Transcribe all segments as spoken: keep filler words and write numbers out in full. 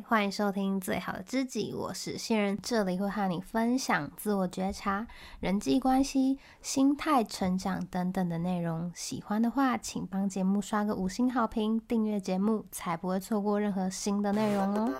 欢迎收听最好的知己，我是新人，这里会和你分享自我觉察、人际关系、心态成长等等的内容。喜欢的话请帮节目刷个五星好评，订阅节目才不会错过任何新的内容哦。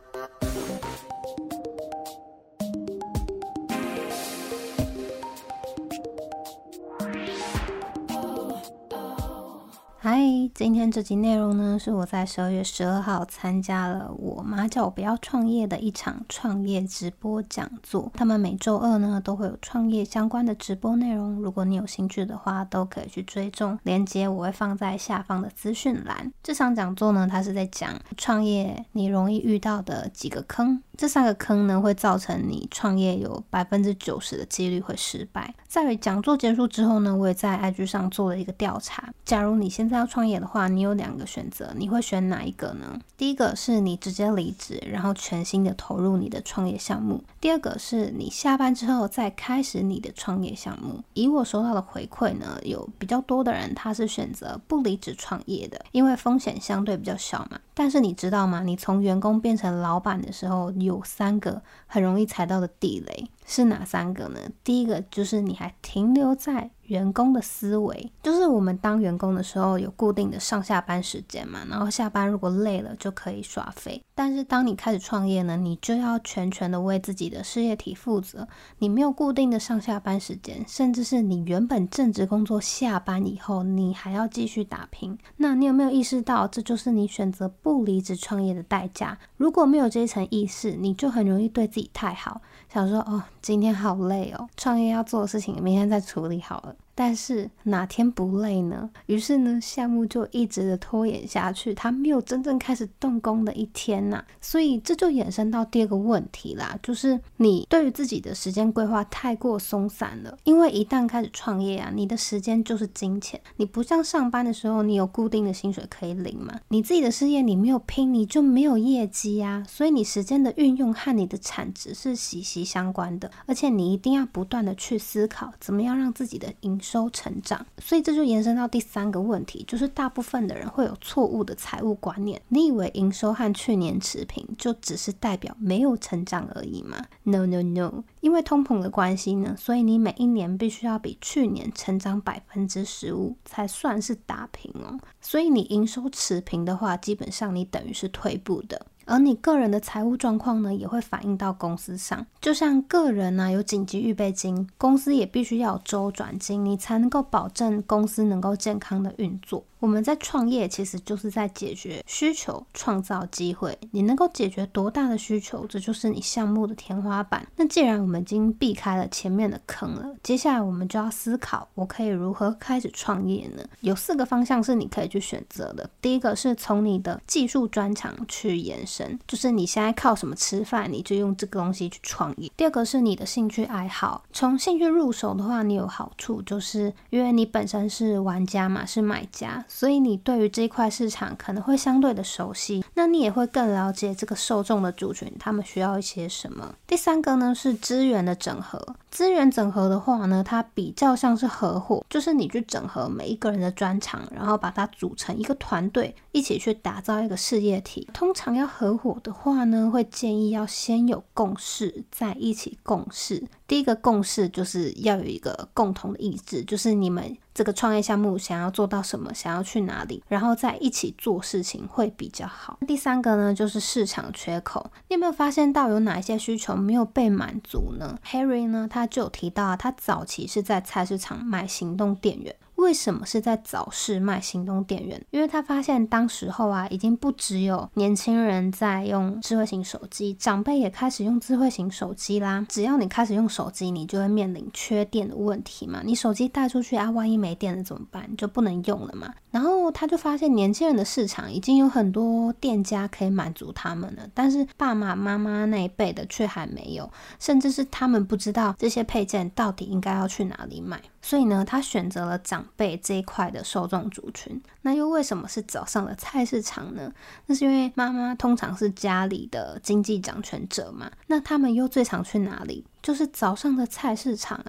嗨，今天这集内容呢，是我在十二月十二号参加了我妈叫我不要创业的一场创业直播讲座。他们每周二呢都会有创业相关的直播内容，如果你有兴趣的话，都可以去追踪，连结我会放在下方的资讯栏。这场讲座呢，它是在讲创业你容易遇到的几个坑，这三个坑呢会造成你创业有 百分之九十 的几率会失败。在讲座结束之后呢，我也在 I G 上做了一个调查，假如你现在要创业的话，你有两个选择，你会选哪一个呢？第一个是你直接离职，然后全心的投入你的创业项目。第二个是你下班之后再开始你的创业项目。以我收到的回馈呢，有比较多的人他是选择不离职创业的，因为风险相对比较小嘛。但是你知道吗？你从员工变成老板的时候，有三个很容易踩到的地雷。是哪三个呢？第一个就是你还停留在员工的思维，就是我们当员工的时候有固定的上下班时间嘛，然后下班如果累了就可以耍废。但是当你开始创业呢，你就要全权的为自己的事业体负责，你没有固定的上下班时间，甚至是你原本正职工作下班以后你还要继续打拼。那你有没有意识到这就是你选择不离职创业的代价？如果没有这一层意识，你就很容易对自己太好，想说哦今天好累哦，创业要做的事情明天再处理好了。但是哪天不累呢？于是呢，项目就一直的拖延下去，它没有真正开始动工的一天呐、啊。所以这就衍生到第二个问题啦，就是你对于自己的时间规划太过松散了。因为一旦开始创业啊，你的时间就是金钱，你不像上班的时候，你有固定的薪水可以领嘛。你自己的事业你没有拼，你就没有业绩啊。所以你时间的运用和你的产值是息息相关的，而且你一定要不断的去思考，怎么样让自己的营收成长。所以这就延伸到第三个问题，就是大部分的人会有错误的财务观念。你以为营收和去年持平就只是代表没有成长而已吗？ No No No， 因为通膨的关系呢，所以你每一年必须要比去年成长 百分之十五 才算是打平哦。所以你营收持平的话，基本上你等于是退步的。而你个人的财务状况呢，也会反映到公司上。就像个人呢有紧急预备金，公司也必须要有周转金，你才能够保证公司能够健康的运作。我们在创业其实就是在解决需求，创造机会。你能够解决多大的需求，这就是你项目的天花板。那既然我们已经避开了前面的坑了，接下来我们就要思考，我可以如何开始创业呢？有四个方向是你可以去选择的。第一个是从你的技术专长去延伸，就是你现在靠什么吃饭，你就用这个东西去创业。第二个是你的兴趣爱好，从兴趣入手的话，你有好处，就是因为你本身是玩家嘛，是买家，所以你对于这一块市场可能会相对的熟悉，那你也会更了解这个受众的族群，他们需要一些什么。第三个呢是资源的整合。资源整合的话呢，它比较像是合伙，就是你去整合每一个人的专长，然后把它组成一个团队，一起去打造一个事业体。通常要合伙的话呢，会建议要先有共识，再一起共事。第一个共识就是要有一个共同的意志，就是你们这个创业项目想要做到什么，想要去哪里，然后再一起做事情会比较好。第三个呢就是市场缺口。你有没有发现到有哪一些需求没有被满足呢？ Harry 呢他就有提到他早期是在菜市场卖行动电源。为什么是在早市卖行动电源？因为他发现当时候啊，已经不只有年轻人在用智慧型手机，长辈也开始用智慧型手机啦。只要你开始用手机，你就会面临缺电的问题嘛。你手机带出去啊，万一没电了怎么办？你就不能用了嘛。然后他就发现年轻人的市场已经有很多店家可以满足他们了，但是爸爸妈妈那一辈的却还没有，甚至是他们不知道这些配件到底应该要去哪里买。所以呢，他选择了长辈这一块的受众族群。那又为什么是早上的菜市场呢？那是因为妈妈通常是家里的经济掌权者嘛，那他们又最常去哪里？就是早上的菜市场啊。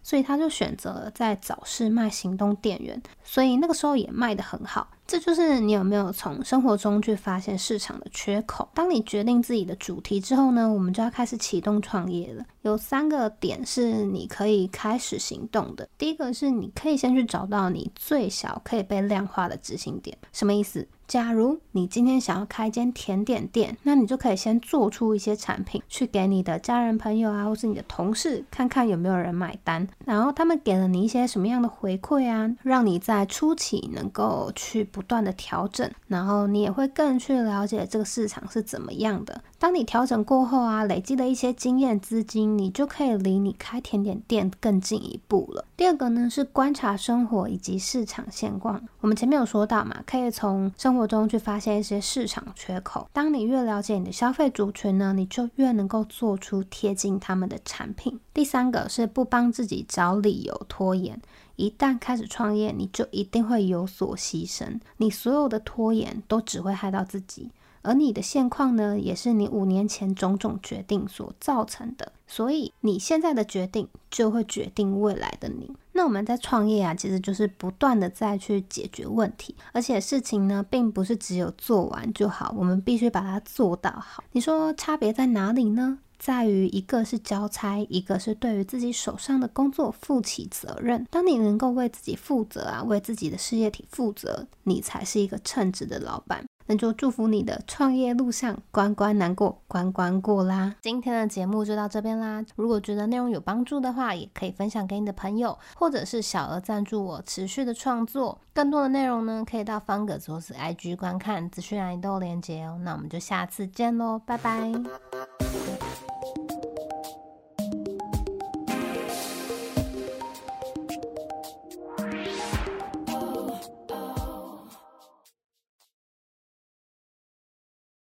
所以他就选择了在早市卖行动电源，所以那个时候也卖得很好。这就是你有没有从生活中去发现市场的缺口。当你决定自己的主题之后呢，我们就要开始启动创业了。有三个点是你可以开始行动的。第一个是你可以先去找到你最小可以被量化的执行点。什么意思？假如你今天想要开一间甜点店，那你就可以先做出一些产品去给你的家人朋友啊，或是你的同事看看有没有人买单，然后他们给了你一些什么样的回馈啊，让你在初期能够去不断的调整，然后你也会更去了解这个市场是怎么样的。当你调整过后啊，累积了一些经验资金，你就可以离你开甜点店更进一步了。第二个呢是观察生活以及市场现况。我们前面有说到嘛，可以从生活中去发现一些市场缺口。当你越了解你的消费族群呢，你就越能够做出贴近他们的产品。第三个是不帮自己找理由拖延。一旦开始创业，你就一定会有所牺牲，你所有的拖延都只会害到自己，而你的现况呢，也是你五年前种种决定所造成的，所以你现在的决定就会决定未来的你。那我们在创业啊，其实就是不断的再去解决问题，而且事情呢，并不是只有做完就好，我们必须把它做到好。你说差别在哪里呢？在于一个是交差，一个是对于自己手上的工作负起责任。当你能够为自己负责啊，为自己的事业体负责，你才是一个称职的老板。那就祝福你的创业路上关关难过关关过啦。今天的节目就到这边啦，如果觉得内容有帮助的话，也可以分享给你的朋友，或者是小额赞助我持续的创作。更多的内容呢，可以到方格子或是 I G 观看，资讯栏里都有连结哦。那我们就下次见咯，拜拜。